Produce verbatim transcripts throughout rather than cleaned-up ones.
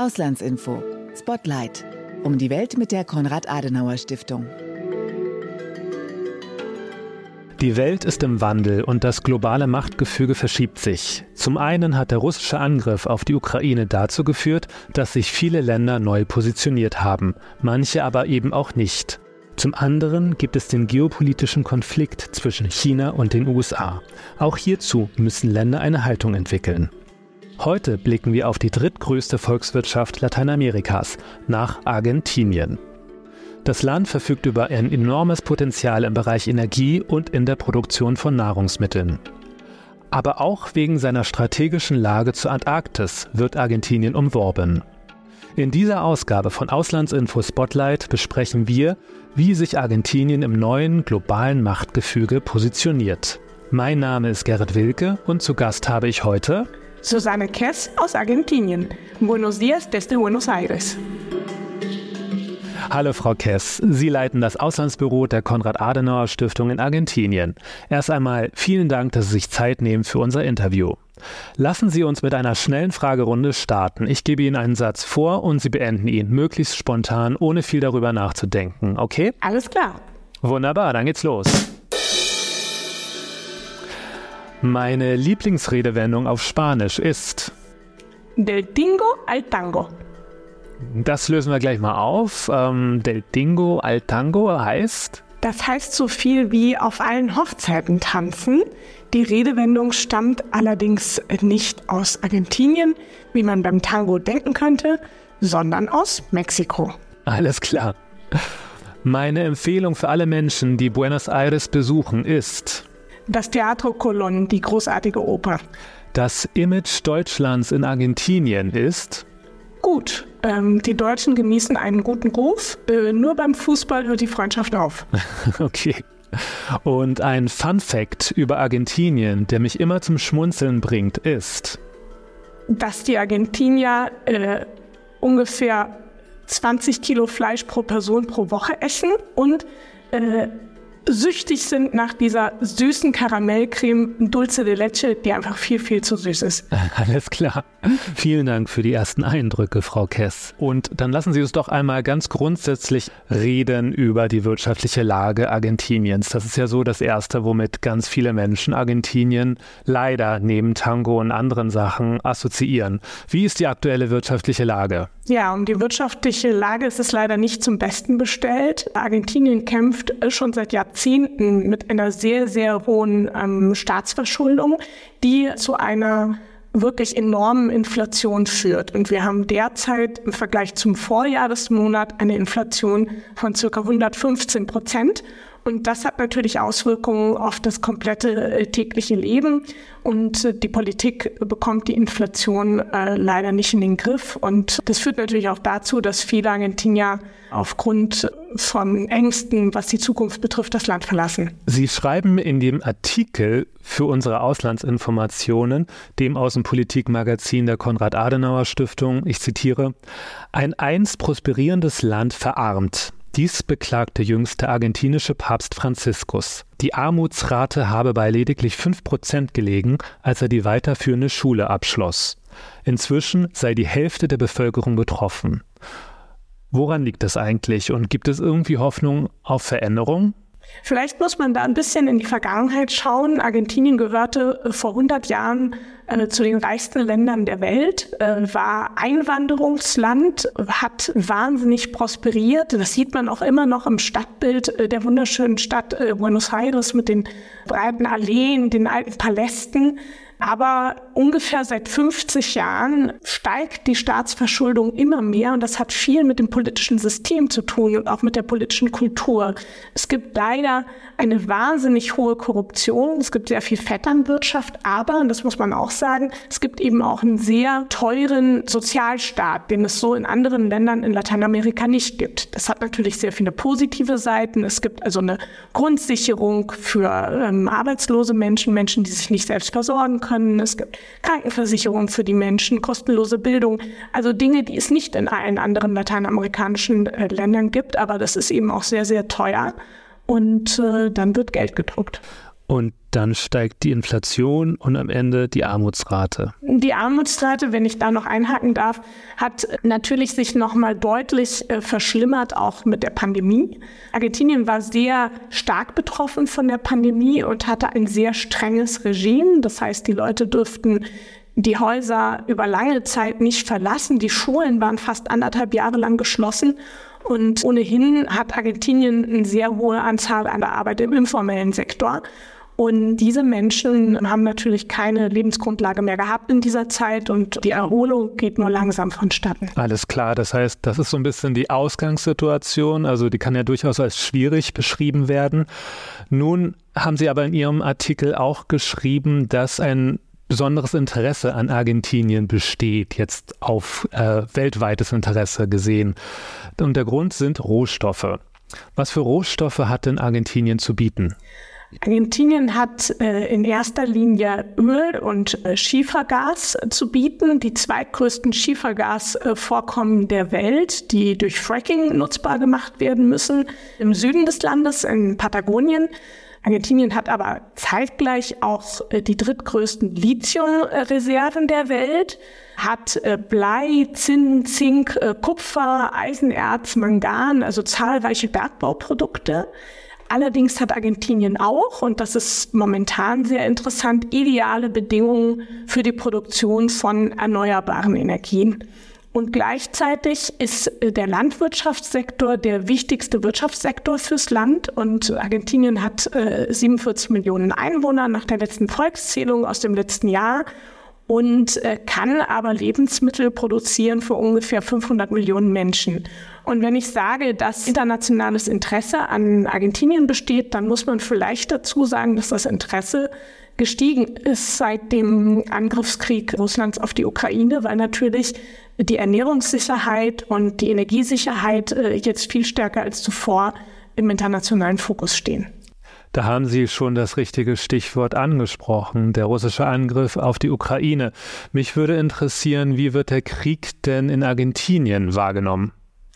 Auslandsinfo. Spotlight. Um die Welt mit der Konrad-Adenauer-Stiftung. Die Welt ist im Wandel und das globale Machtgefüge verschiebt sich. Zum einen hat der russische Angriff auf die Ukraine dazu geführt, dass sich viele Länder neu positioniert haben, manche aber eben auch nicht. Zum anderen gibt es den geopolitischen Konflikt zwischen China und den U S A. Auch hierzu müssen Länder eine Haltung entwickeln. Heute blicken wir auf die drittgrößte Volkswirtschaft Lateinamerikas, nach Argentinien. Das Land verfügt über ein enormes Potenzial im Bereich Energie und in der Produktion von Nahrungsmitteln. Aber auch wegen seiner strategischen Lage zur Antarktis wird Argentinien umworben. In dieser Ausgabe von Auslandsinfo Spotlight besprechen wir, wie sich Argentinien im neuen globalen Machtgefüge positioniert. Mein Name ist Gerrit Wilke und zu Gast habe ich heute Susanne Kess aus Argentinien. Buenos días desde Buenos Aires. Hallo Frau Kess, Sie leiten das Auslandsbüro der Konrad-Adenauer-Stiftung in Argentinien. Erst einmal vielen Dank, dass Sie sich Zeit nehmen für unser Interview. Lassen Sie uns mit einer schnellen Fragerunde starten. Ich gebe Ihnen einen Satz vor und Sie beenden ihn, möglichst spontan, ohne viel darüber nachzudenken, okay? Alles klar. Wunderbar, dann geht's los. Meine Lieblingsredewendung auf Spanisch ist Del Tingo al Tango. Das lösen wir gleich mal auf. Ähm, Del Tingo al Tango heißt? Das heißt so viel wie auf allen Hochzeiten tanzen. Die Redewendung stammt allerdings nicht aus Argentinien, wie man beim Tango denken könnte, sondern aus Mexiko. Alles klar. Meine Empfehlung für alle Menschen, die Buenos Aires besuchen, ist das Teatro Colón, die großartige Oper. Das Image Deutschlands in Argentinien ist gut. Ähm, die Deutschen genießen einen guten Ruf. Äh, nur beim Fußball hört die Freundschaft auf. Okay. Und ein Fun-Fact über Argentinien, der mich immer zum Schmunzeln bringt, ist, dass die Argentinier äh, ungefähr zwanzig Kilo Fleisch pro Person pro Woche essen und äh, süchtig sind nach dieser süßen Karamellcreme Dulce de Leche, die einfach viel, viel zu süß ist. Alles klar. Vielen Dank für die ersten Eindrücke, Frau Kess. Und dann lassen Sie uns doch einmal ganz grundsätzlich reden über die wirtschaftliche Lage Argentiniens. Das ist ja so das Erste, womit ganz viele Menschen Argentinien leider neben Tango und anderen Sachen assoziieren. Wie ist die aktuelle wirtschaftliche Lage? Ja, um die wirtschaftliche Lage ist es leider nicht zum Besten bestellt. Argentinien kämpft schon seit Jahrzehnten mit einer sehr, sehr hohen ähm, Staatsverschuldung, die zu einer wirklich enormen Inflation führt. Und wir haben derzeit im Vergleich zum Vorjahresmonat eine Inflation von ca. hundertfünfzehn Prozent. Und das hat natürlich Auswirkungen auf das komplette tägliche Leben. Und die Politik bekommt die Inflation äh, leider nicht in den Griff. Und das führt natürlich auch dazu, dass viele Argentinier aufgrund von Ängsten, was die Zukunft betrifft, das Land verlassen. Sie schreiben in dem Artikel für unsere Auslandsinformationen, dem Außenpolitikmagazin der Konrad-Adenauer-Stiftung, ich zitiere, ein einst prosperierendes Land verarmt. Dies beklagte jüngst der argentinische Papst Franziskus. Die Armutsrate habe bei lediglich fünf Prozent gelegen, als er die weiterführende Schule abschloss. Inzwischen sei die Hälfte der Bevölkerung betroffen. Woran liegt das eigentlich und gibt es irgendwie Hoffnung auf Veränderung? Vielleicht muss man da ein bisschen in die Vergangenheit schauen. Argentinien gehörte vor hundert Jahren äh, zu den reichsten Ländern der Welt, äh, war Einwanderungsland, hat wahnsinnig prosperiert. Das sieht man auch immer noch im Stadtbild äh, der wunderschönen Stadt äh, Buenos Aires mit den breiten Alleen, den alten Palästen. Aber ungefähr seit fünfzig Jahren steigt die Staatsverschuldung immer mehr und das hat viel mit dem politischen System zu tun und auch mit der politischen Kultur. Es gibt leider eine wahnsinnig hohe Korruption, es gibt sehr viel Vetternwirtschaft, aber, und das muss man auch sagen, es gibt eben auch einen sehr teuren Sozialstaat, den es so in anderen Ländern in Lateinamerika nicht gibt. Das hat natürlich sehr viele positive Seiten. Es gibt also eine Grundsicherung für ähm, arbeitslose Menschen, Menschen, die sich nicht selbst versorgen können. Es gibt Krankenversicherung für die Menschen, kostenlose Bildung, also Dinge, die es nicht in allen anderen lateinamerikanischen äh, Ländern gibt, aber das ist eben auch sehr, sehr teuer und äh, dann wird Geld gedruckt. Und dann steigt die Inflation und am Ende die Armutsrate. Die Armutsrate, wenn ich da noch einhaken darf, hat natürlich sich nochmal deutlich äh, verschlimmert, auch mit der Pandemie. Argentinien war sehr stark betroffen von der Pandemie und hatte ein sehr strenges Regime. Das heißt, die Leute durften die Häuser über lange Zeit nicht verlassen. Die Schulen waren fast anderthalb Jahre lang geschlossen. Und ohnehin hat Argentinien eine sehr hohe Anzahl an der Arbeit im informellen Sektor. Und diese Menschen haben natürlich keine Lebensgrundlage mehr gehabt in dieser Zeit und die Erholung geht nur langsam vonstatten. Alles klar, das heißt, das ist so ein bisschen die Ausgangssituation, also die kann ja durchaus als schwierig beschrieben werden. Nun haben Sie aber in Ihrem Artikel auch geschrieben, dass ein besonderes Interesse an Argentinien besteht, jetzt auf äh, weltweites Interesse gesehen. Und der Grund sind Rohstoffe. Was für Rohstoffe hat denn Argentinien zu bieten? Argentinien hat äh, in erster Linie Öl und äh, Schiefergas äh, zu bieten, die zweitgrößten Schiefergasvorkommen äh, der Welt, die durch Fracking nutzbar gemacht werden müssen, im Süden des Landes, in Patagonien. Argentinien hat aber zeitgleich auch äh, die drittgrößten Lithiumreserven der Welt, hat äh, Blei, Zinn, Zink, äh, Kupfer, Eisenerz, Mangan, also zahlreiche Bergbauprodukte. Allerdings hat Argentinien auch, und das ist momentan sehr interessant, ideale Bedingungen für die Produktion von erneuerbaren Energien. Und gleichzeitig ist der Landwirtschaftssektor der wichtigste Wirtschaftssektor fürs Land. Und Argentinien hat äh, siebenundvierzig Millionen Einwohner nach der letzten Volkszählung aus dem letzten Jahr und äh, kann aber Lebensmittel produzieren für ungefähr fünfhundert Millionen Menschen. Und wenn ich sage, dass internationales Interesse an Argentinien besteht, dann muss man vielleicht dazu sagen, dass das Interesse gestiegen ist seit dem Angriffskrieg Russlands auf die Ukraine, weil natürlich die Ernährungssicherheit und die Energiesicherheit äh, jetzt viel stärker als zuvor im internationalen Fokus stehen. Da haben Sie schon das richtige Stichwort angesprochen, der russische Angriff auf die Ukraine. Mich würde interessieren, wie wird der Krieg denn in Argentinien wahrgenommen?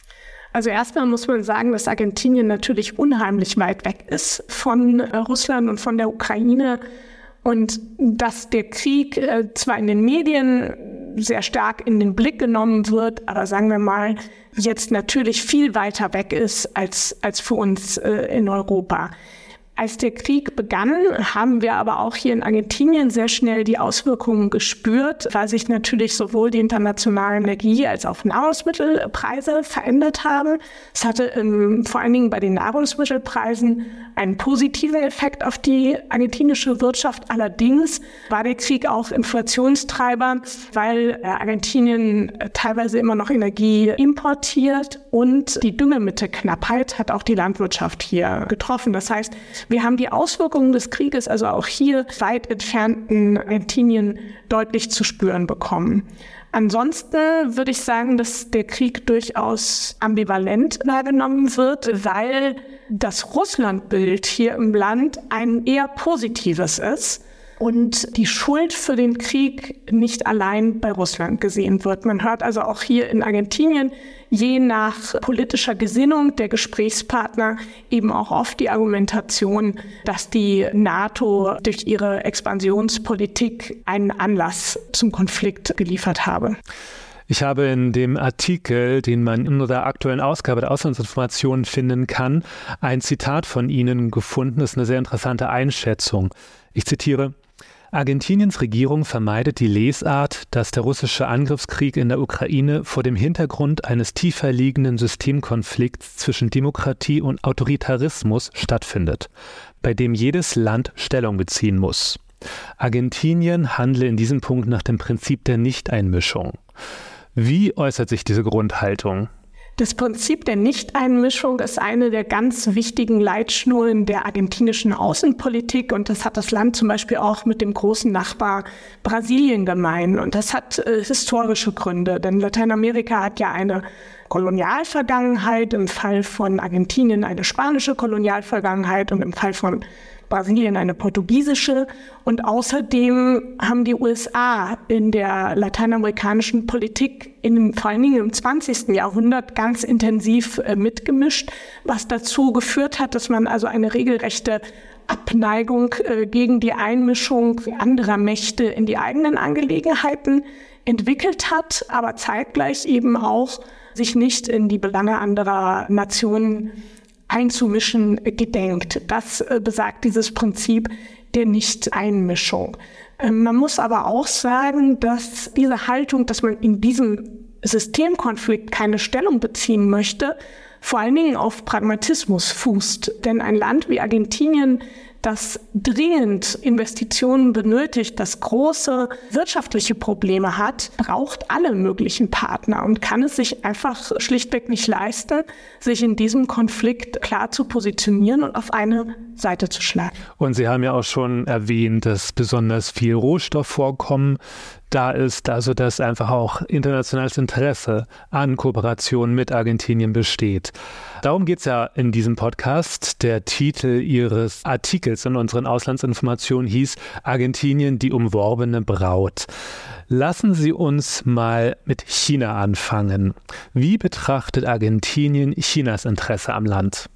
Also erstmal muss man sagen, dass Argentinien natürlich unheimlich weit weg ist von äh, Russland und von der Ukraine und dass der Krieg äh, zwar in den Medien sehr stark in den Blick genommen wird, aber sagen wir mal, jetzt natürlich viel weiter weg ist als, als für uns äh, in Europa. Als der Krieg begann, haben wir aber auch hier in Argentinien sehr schnell die Auswirkungen gespürt, weil sich natürlich sowohl die internationale Energie- als auch Nahrungsmittelpreise verändert haben. Es hatte ähm, vor allen Dingen bei den Nahrungsmittelpreisen einen positiven Effekt auf die argentinische Wirtschaft. Allerdings war der Krieg auch Inflationstreiber, weil äh, Argentinien äh, teilweise immer noch Energie importiert und die Düngemittelknappheit hat auch die Landwirtschaft hier getroffen. Das heißt, wir haben die Auswirkungen des Krieges, also auch hier weit entfernten Argentinien, deutlich zu spüren bekommen. Ansonsten würde ich sagen, dass der Krieg durchaus ambivalent wahrgenommen wird, weil das Russlandbild hier im Land ein eher positives ist und die Schuld für den Krieg nicht allein bei Russland gesehen wird. Man hört also auch hier in Argentinien je nach politischer Gesinnung der Gesprächspartner eben auch oft die Argumentation, dass die NATO durch ihre Expansionspolitik einen Anlass zum Konflikt geliefert habe. Ich habe in dem Artikel, den man in der aktuellen Ausgabe der Auslandsinformationen finden kann, ein Zitat von Ihnen gefunden. Das ist eine sehr interessante Einschätzung. Ich zitiere: Argentiniens Regierung vermeidet die Lesart, dass der russische Angriffskrieg in der Ukraine vor dem Hintergrund eines tiefer liegenden Systemkonflikts zwischen Demokratie und Autoritarismus stattfindet, bei dem jedes Land Stellung beziehen muss. Argentinien handle in diesem Punkt nach dem Prinzip der Nichteinmischung. Wie äußert sich diese Grundhaltung? Das Prinzip der Nichteinmischung ist eine der ganz wichtigen Leitschnur der argentinischen Außenpolitik und das hat das Land zum Beispiel auch mit dem großen Nachbar Brasilien gemein. Und das hat äh, historische Gründe, denn Lateinamerika hat ja eine Kolonialvergangenheit, im Fall von Argentinien eine spanische Kolonialvergangenheit und im Fall von Brasilien eine portugiesische. Und außerdem haben die U S A in der lateinamerikanischen Politik in, vor allen Dingen im zwanzigsten Jahrhundert ganz intensiv äh, mitgemischt, was dazu geführt hat, dass man also eine regelrechte Abneigung äh, gegen die Einmischung anderer Mächte in die eigenen Angelegenheiten entwickelt hat, aber zeitgleich eben auch sich nicht in die Belange anderer Nationen einzumischen gedenkt. Das äh, besagt dieses Prinzip der Nicht-Einmischung. Ähm, man muss aber auch sagen, dass diese Haltung, dass man in diesem Systemkonflikt keine Stellung beziehen möchte, vor allen Dingen auf Pragmatismus fußt. Denn ein Land wie Argentinien, das dringend Investitionen benötigt, das große wirtschaftliche Probleme hat, braucht alle möglichen Partner und kann es sich einfach schlichtweg nicht leisten, sich in diesem Konflikt klar zu positionieren und auf eine Seite zu schlagen. Und Sie haben ja auch schon erwähnt, dass besonders viel Rohstoffvorkommen da ist, also dass einfach auch internationales Interesse an Kooperation mit Argentinien besteht. Darum geht es ja in diesem Podcast. Der Titel Ihres Artikels in unseren Auslandsinformationen hieß Argentinien, die umworbene Braut. Lassen Sie uns mal mit China anfangen. Wie betrachtet Argentinien Chinas Interesse am Land?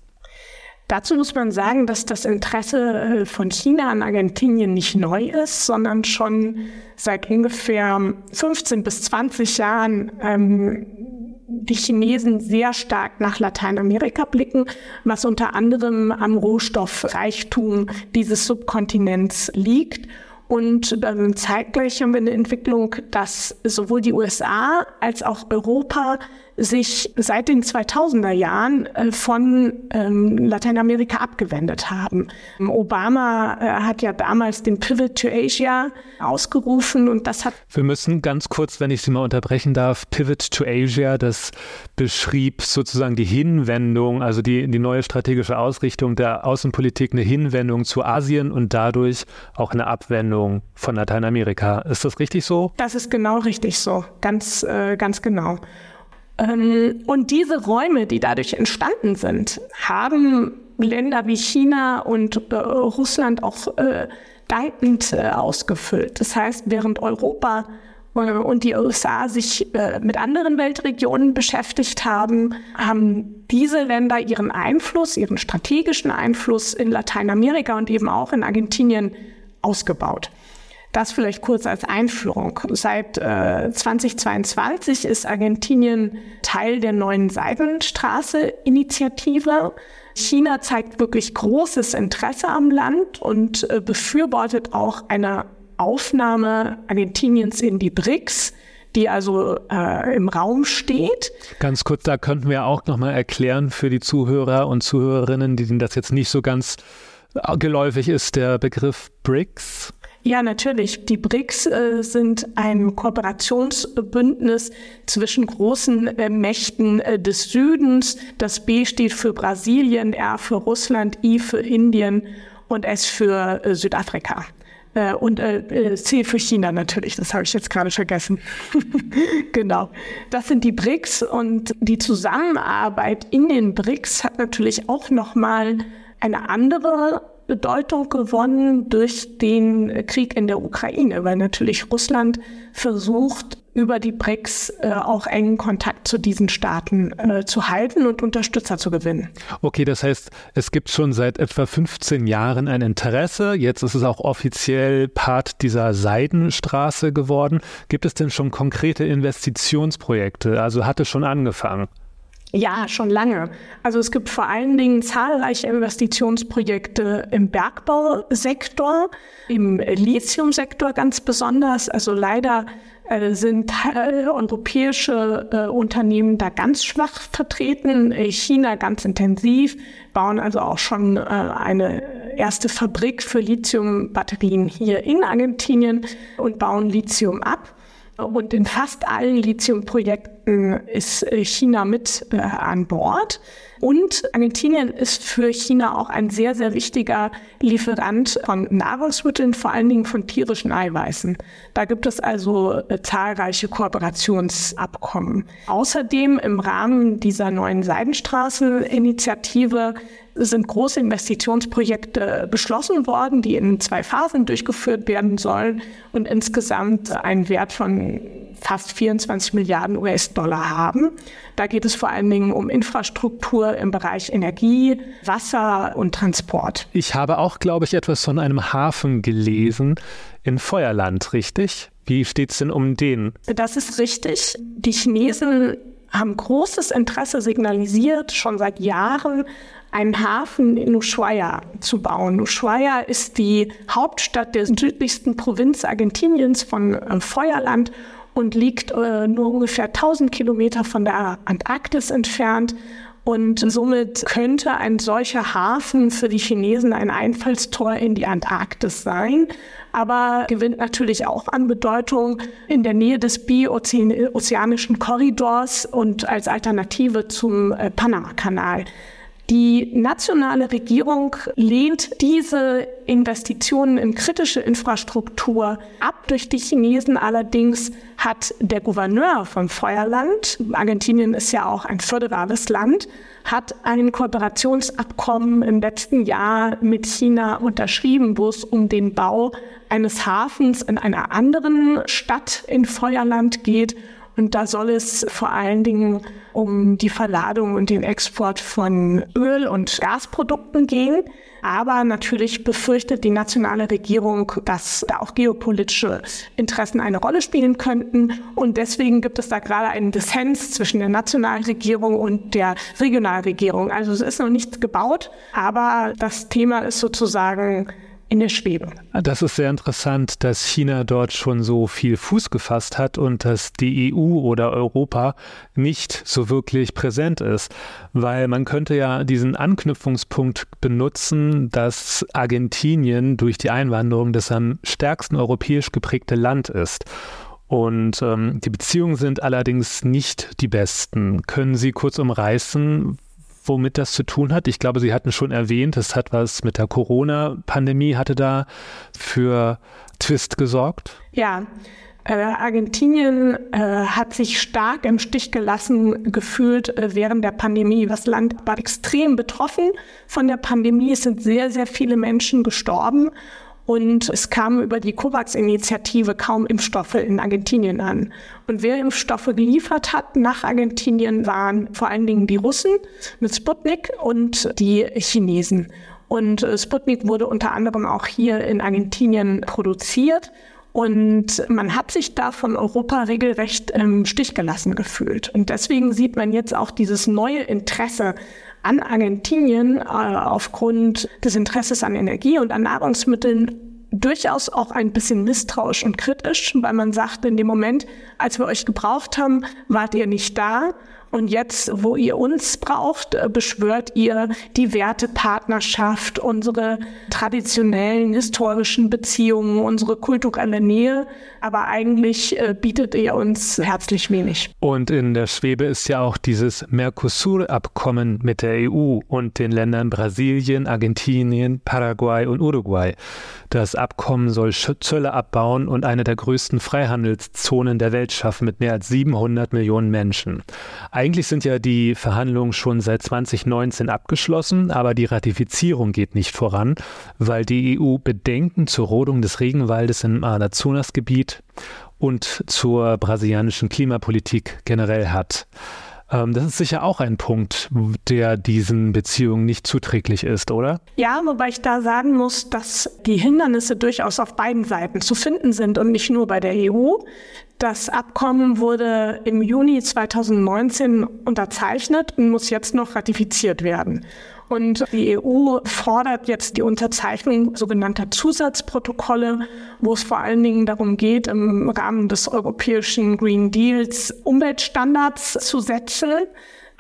Dazu muss man sagen, dass das Interesse von China an Argentinien nicht neu ist, sondern schon seit ungefähr fünfzehn bis zwanzig Jahren ähm, die Chinesen sehr stark nach Lateinamerika blicken, was unter anderem am Rohstoffreichtum dieses Subkontinents liegt. Und ähm, zeitgleich haben wir eine Entwicklung, dass sowohl die U S A als auch Europa sich seit den zweitausender Jahren äh, von ähm, Lateinamerika abgewendet haben. Obama äh, hat ja damals den Pivot to Asia ausgerufen und das hat... Wir müssen ganz kurz, wenn ich Sie mal unterbrechen darf, Pivot to Asia, das beschrieb sozusagen die Hinwendung, also die, die neue strategische Ausrichtung der Außenpolitik, eine Hinwendung zu Asien und dadurch auch eine Abwendung von Lateinamerika. Ist das richtig so? Das ist genau richtig so, ganz, äh, ganz genau. Ähm, und diese Räume, die dadurch entstanden sind, haben Länder wie China und äh, Russland auch äh, dankend äh, ausgefüllt. Das heißt, während Europa äh, und die U S A sich äh, mit anderen Weltregionen beschäftigt haben, haben diese Länder ihren Einfluss, ihren strategischen Einfluss in Lateinamerika und eben auch in Argentinien ausgebaut. Das vielleicht kurz als Einführung. Seit äh, zweitausendzweiundzwanzig ist Argentinien Teil der neuen Seidenstraße-Initiative. China zeigt wirklich großes Interesse am Land und äh, befürwortet auch eine Aufnahme Argentiniens in die B R I C S, die also äh, im Raum steht. Ganz kurz, da könnten wir auch nochmal erklären für die Zuhörer und Zuhörerinnen, denen das jetzt nicht so ganz geläufig ist, der Begriff B R I C S. Ja, natürlich. Die B R I C S äh, sind ein Kooperationsbündnis zwischen großen äh, Mächten äh, des Südens. Das B steht für Brasilien, R für Russland, I für Indien und S für äh, Südafrika. Äh, und äh, C für China natürlich, das habe ich jetzt gerade vergessen. Genau. Das sind die B R I C S und die Zusammenarbeit in den B R I C S hat natürlich auch nochmal eine andere Bedeutung gewonnen durch den Krieg in der Ukraine, weil natürlich Russland versucht, über die B R I C S äh, auch engen Kontakt zu diesen Staaten äh, zu halten und Unterstützer zu gewinnen. Okay, das heißt, es gibt schon seit etwa fünfzehn Jahren ein Interesse. Jetzt ist es auch offiziell Part dieser Seidenstraße geworden. Gibt es denn schon konkrete Investitionsprojekte? Also hat es schon angefangen? Ja, schon lange. Also es gibt vor allen Dingen zahlreiche Investitionsprojekte im Bergbausektor, im Lithiumsektor ganz besonders. Also leider äh, sind äh, europäische äh, Unternehmen da ganz schwach vertreten. China ganz intensiv, bauen also auch schon äh, eine erste Fabrik für Lithiumbatterien hier in Argentinien und bauen Lithium ab. Und in fast allen Lithiumprojekten Projekten ist China mit äh, an Bord. Und Argentinien ist für China auch ein sehr, sehr wichtiger Lieferant von Nahrungsmitteln, vor allen Dingen von tierischen Eiweißen. Da gibt es also äh, zahlreiche Kooperationsabkommen. Außerdem im Rahmen dieser neuen Seidenstraße-Initiative sind große Investitionsprojekte beschlossen worden, die in zwei Phasen durchgeführt werden sollen und insgesamt einen Wert von fast vierundzwanzig Milliarden U S-Dollar haben. Da geht es vor allen Dingen um Infrastruktur im Bereich Energie, Wasser und Transport. Ich habe auch, glaube ich, etwas von einem Hafen gelesen in Feuerland, richtig? Wie steht es denn um den? Das ist richtig. Die Chinesen haben großes Interesse signalisiert, schon seit Jahren, einen Hafen in Ushuaia zu bauen. Ushuaia ist die Hauptstadt der südlichsten Provinz Argentiniens von äh, Feuerland und liegt äh, nur ungefähr tausend Kilometer von der Antarktis entfernt. Und somit könnte ein solcher Hafen für die Chinesen ein Einfallstor in die Antarktis sein, aber gewinnt natürlich auch an Bedeutung in der Nähe des biozeanischen Korridors und als Alternative zum äh, Panama-Kanal. Die nationale Regierung lehnt diese Investitionen in kritische Infrastruktur ab. Durch die Chinesen allerdings hat der Gouverneur von Feuerland, Argentinien ist ja auch ein föderales Land, hat ein Kooperationsabkommen im letzten Jahr mit China unterschrieben, wo es um den Bau eines Hafens in einer anderen Stadt in Feuerland geht. Und da soll es vor allen Dingen um die Verladung und den Export von Öl- und Gasprodukten gehen. Aber natürlich befürchtet die nationale Regierung, dass da auch geopolitische Interessen eine Rolle spielen könnten. Und deswegen gibt es da gerade einen Dissens zwischen der nationalen Regierung und der Regionalregierung. Also es ist noch nichts gebaut, aber das Thema ist sozusagen in der Schwebe. Das ist sehr interessant, dass China dort schon so viel Fuß gefasst hat und dass die E U oder Europa nicht so wirklich präsent ist. Weil man könnte ja diesen Anknüpfungspunkt benutzen, dass Argentinien durch die Einwanderung das am stärksten europäisch geprägte Land ist. Und ähm, die Beziehungen sind allerdings nicht die besten. Können Sie kurz umreißen, womit das zu tun hat? Ich glaube, Sie hatten schon erwähnt, es hat was mit der Corona-Pandemie, hatte da für Twist gesorgt. Ja, äh, Argentinien äh, hat sich stark im Stich gelassen gefühlt äh, während der Pandemie. Das Land war extrem betroffen von der Pandemie. Es sind sehr, sehr viele Menschen gestorben. Und es kamen über die COVAX-Initiative kaum Impfstoffe in Argentinien an. Und wer Impfstoffe geliefert hat nach Argentinien, waren vor allen Dingen die Russen mit Sputnik und die Chinesen. Und Sputnik wurde unter anderem auch hier in Argentinien produziert. Und man hat sich da von Europa regelrecht im Stich gelassen gefühlt. Und deswegen sieht man jetzt auch dieses neue Interesse an Argentinien äh, aufgrund des Interesses an Energie und an Nahrungsmitteln durchaus auch ein bisschen misstrauisch und kritisch, weil man sagt, in dem Moment, als wir euch gebraucht haben, wart ihr nicht da. Und jetzt, wo ihr uns braucht, beschwört ihr die Wertepartnerschaft, unsere traditionellen historischen Beziehungen, unsere kulturelle Nähe. Aber eigentlich äh, bietet ihr uns herzlich wenig. Und in der Schwebe ist ja auch dieses Mercosur-Abkommen mit der E U und den Ländern Brasilien, Argentinien, Paraguay und Uruguay. Das Abkommen soll Zölle abbauen und eine der größten Freihandelszonen der Welt schaffen mit mehr als siebenhundert Millionen Menschen. Eigentlich sind ja die Verhandlungen schon seit zwanzig neunzehn abgeschlossen, aber die Ratifizierung geht nicht voran, weil die E U Bedenken zur Rodung des Regenwaldes im Amazonas-Gebiet und zur brasilianischen Klimapolitik generell hat. Ähm, das ist sicher auch ein Punkt, der diesen Beziehungen nicht zuträglich ist, oder? Ja, wobei ich da sagen muss, dass die Hindernisse durchaus auf beiden Seiten zu finden sind und nicht nur bei der E U. Das Abkommen wurde im Juni zweitausendneunzehn unterzeichnet und muss jetzt noch ratifiziert werden. Und die E U fordert jetzt die Unterzeichnung sogenannter Zusatzprotokolle, wo es vor allen Dingen darum geht, im Rahmen des europäischen Green Deals Umweltstandards zu setzen.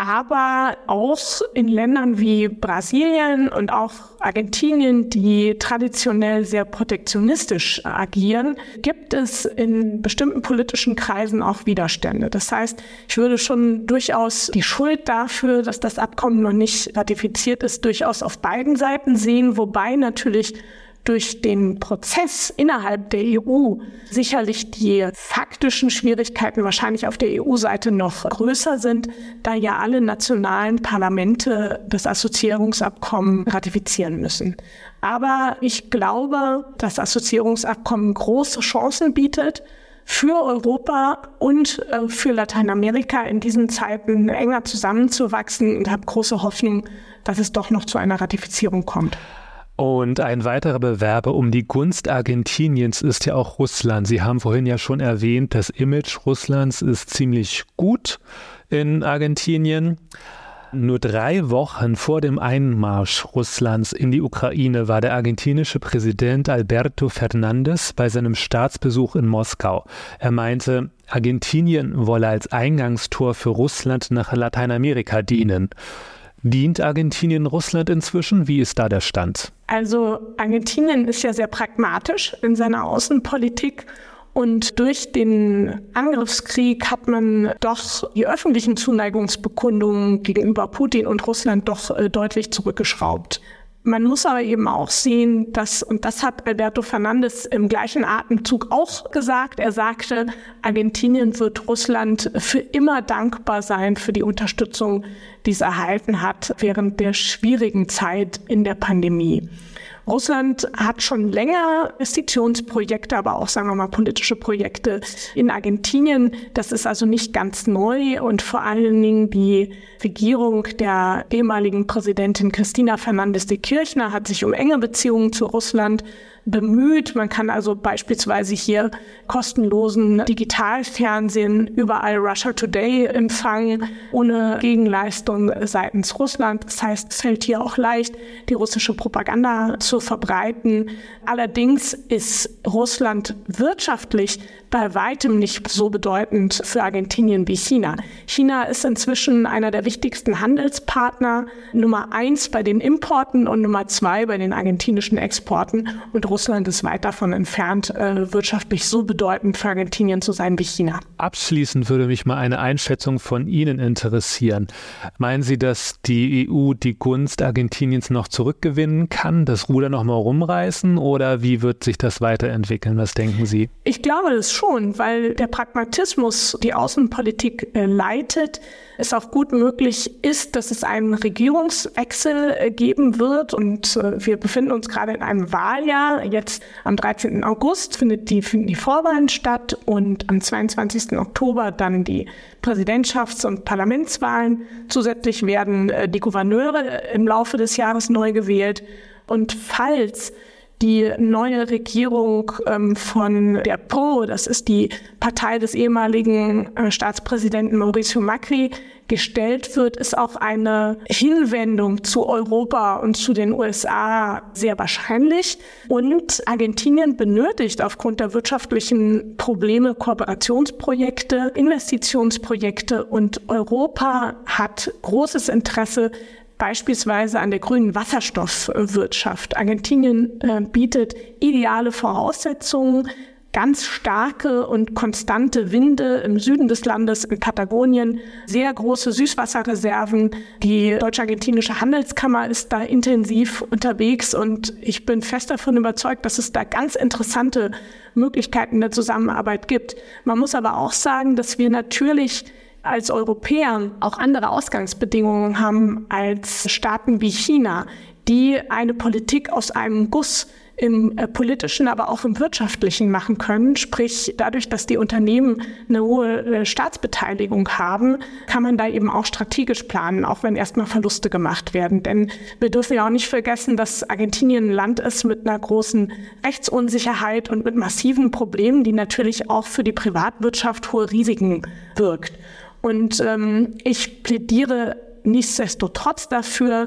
Aber auch in Ländern wie Brasilien und auch Argentinien, die traditionell sehr protektionistisch agieren, gibt es in bestimmten politischen Kreisen auch Widerstände. Das heißt, ich würde schon durchaus die Schuld dafür, dass das Abkommen noch nicht ratifiziert ist, durchaus auf beiden Seiten sehen, wobei natürlich durch den Prozess innerhalb der E U sicherlich die faktischen Schwierigkeiten wahrscheinlich auf der E U-Seite noch größer sind, da ja alle nationalen Parlamente das Assoziierungsabkommen ratifizieren müssen. Aber ich glaube, das Assoziierungsabkommen große Chancen bietet, für Europa und äh, für Lateinamerika in diesen Zeiten enger zusammenzuwachsen, und habe große Hoffnung, dass es doch noch zu einer Ratifizierung kommt. Und ein weiterer Bewerber um die Gunst Argentiniens ist ja auch Russland. Sie haben vorhin ja schon erwähnt, das Image Russlands ist ziemlich gut in Argentinien. Nur drei Wochen vor dem Einmarsch Russlands in die Ukraine war der argentinische Präsident Alberto Fernández bei seinem Staatsbesuch in Moskau. Er meinte, Argentinien wolle als Eingangstor für Russland nach Lateinamerika dienen. Dient Argentinien Russland inzwischen? Wie ist da der Stand? Also Argentinien ist ja sehr pragmatisch in seiner Außenpolitik. Und durch den Angriffskrieg hat man doch die öffentlichen Zuneigungsbekundungen gegenüber Putin und Russland doch äh, deutlich zurückgeschraubt. Man muss aber eben auch sehen, dass, und das hat Alberto Fernández im gleichen Atemzug auch gesagt, er sagte, Argentinien wird Russland für immer dankbar sein für die Unterstützung, die es erhalten hat während der schwierigen Zeit in der Pandemie. Russland hat schon länger Investitionsprojekte, aber auch, sagen wir mal, politische Projekte in Argentinien. Das ist also nicht ganz neu, und vor allen Dingen die Regierung der ehemaligen Präsidentin Cristina Fernández de Kirchner hat sich um enge Beziehungen zu Russland bemüht. Man kann also beispielsweise hier kostenlosen Digitalfernsehen überall Russia Today empfangen, ohne Gegenleistung seitens Russland. Das heißt, es fällt hier auch leicht, die russische Propaganda zu verbreiten. Allerdings ist Russland wirtschaftlich bei weitem nicht so bedeutend für Argentinien wie China. China ist inzwischen einer der wichtigsten Handelspartner, Nummer eins bei den Importen und Nummer zwei bei den argentinischen Exporten. Und Russland ist weit davon entfernt, äh, wirtschaftlich so bedeutend für Argentinien zu sein wie China. Abschließend würde mich mal eine Einschätzung von Ihnen interessieren. Meinen Sie, dass die E U die Gunst Argentiniens noch zurückgewinnen kann, das Ruder noch mal rumreißen, oder wie wird sich das weiterentwickeln? Was denken Sie? Ich glaube das schon, weil der Pragmatismus die Außenpolitik äh, leitet. Es auch gut möglich ist, dass es einen Regierungswechsel äh, geben wird, und äh, wir befinden uns gerade in einem Wahljahr. Jetzt am dreizehnten August findet die, finden die Vorwahlen statt und am zweiundzwanzigsten Oktober dann die Präsidentschafts- und Parlamentswahlen. Zusätzlich werden äh, die Gouverneure im Laufe des Jahres neu gewählt. Und falls die neue Regierung ähm, von der P R O, das ist die Partei des ehemaligen äh, Staatspräsidenten Mauricio Macri, gestellt wird, ist auch eine Hinwendung zu Europa und zu den U S A sehr wahrscheinlich. Und Argentinien benötigt aufgrund der wirtschaftlichen Probleme Kooperationsprojekte, Investitionsprojekte, und Europa hat großes Interesse beispielsweise an der grünen Wasserstoffwirtschaft. Argentinien äh, bietet ideale Voraussetzungen, ganz starke und konstante Winde im Süden des Landes, in Patagonien, sehr große Süßwasserreserven. Die Deutsch-Argentinische Handelskammer ist da intensiv unterwegs, und ich bin fest davon überzeugt, dass es da ganz interessante Möglichkeiten der Zusammenarbeit gibt. Man muss aber auch sagen, dass wir natürlich als Europäer auch andere Ausgangsbedingungen haben als Staaten wie China, die eine Politik aus einem Guss im äh, politischen, aber auch im wirtschaftlichen machen können. Sprich, dadurch, dass die Unternehmen eine hohe äh, Staatsbeteiligung haben, kann man da eben auch strategisch planen, auch wenn erstmal Verluste gemacht werden. Denn wir dürfen ja auch nicht vergessen, dass Argentinien ein Land ist mit einer großen Rechtsunsicherheit und mit massiven Problemen, die natürlich auch für die Privatwirtschaft hohe Risiken birgt. Und ähm, ich plädiere nichtsdestotrotz dafür,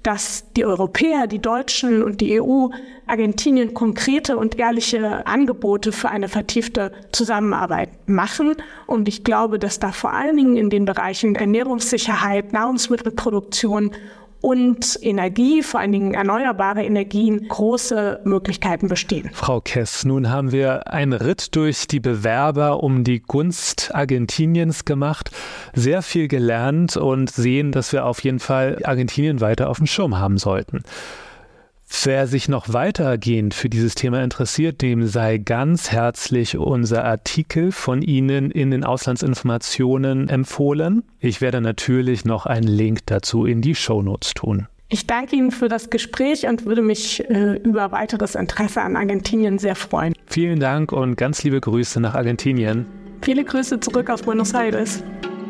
dass die Europäer, die Deutschen und die E U Argentinien konkrete und ehrliche Angebote für eine vertiefte Zusammenarbeit machen. Und ich glaube, dass da vor allen Dingen in den Bereichen Ernährungssicherheit, Nahrungsmittelproduktion und Energie, vor allen Dingen erneuerbare Energien, große Möglichkeiten bestehen. Frau Kess, nun haben wir einen Ritt durch die Bewerber um die Gunst Argentiniens gemacht, sehr viel gelernt und sehen, dass wir auf jeden Fall Argentinien weiter auf dem Schirm haben sollten. Wer sich noch weitergehend für dieses Thema interessiert, dem sei ganz herzlich unser Artikel von Ihnen in den Auslandsinformationen empfohlen. Ich werde natürlich noch einen Link dazu in die Shownotes tun. Ich danke Ihnen für das Gespräch und würde mich äh, über weiteres Interesse an Argentinien sehr freuen. Vielen Dank und ganz liebe Grüße nach Argentinien. Viele Grüße zurück auf Buenos Aires.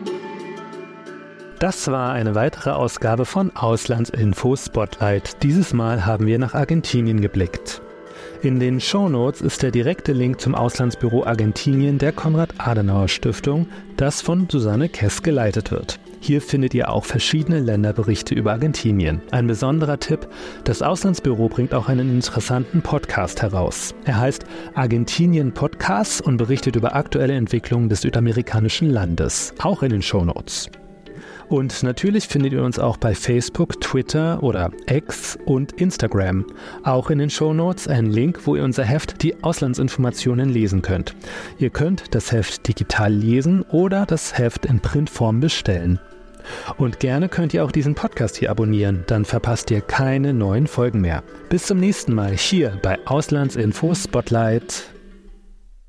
Das war eine weitere Ausgabe von Auslandsinfo Spotlight. Dieses Mal haben wir nach Argentinien geblickt. In den Shownotes ist der direkte Link zum Auslandsbüro Argentinien der Konrad-Adenauer-Stiftung, das von Susanne Kess geleitet wird. Hier findet ihr auch verschiedene Länderberichte über Argentinien. Ein besonderer Tipp: Das Auslandsbüro bringt auch einen interessanten Podcast heraus. Er heißt Argentinien Podcast und berichtet über aktuelle Entwicklungen des südamerikanischen Landes. Auch in den Shownotes. Und natürlich findet ihr uns auch bei Facebook, Twitter oder X und Instagram. Auch in den Shownotes ein Link, wo ihr unser Heft Die Auslandsinformationen lesen könnt. Ihr könnt das Heft digital lesen oder das Heft in Printform bestellen. Und gerne könnt ihr auch diesen Podcast hier abonnieren, dann verpasst ihr keine neuen Folgen mehr. Bis zum nächsten Mal hier bei Auslandsinfo Spotlight.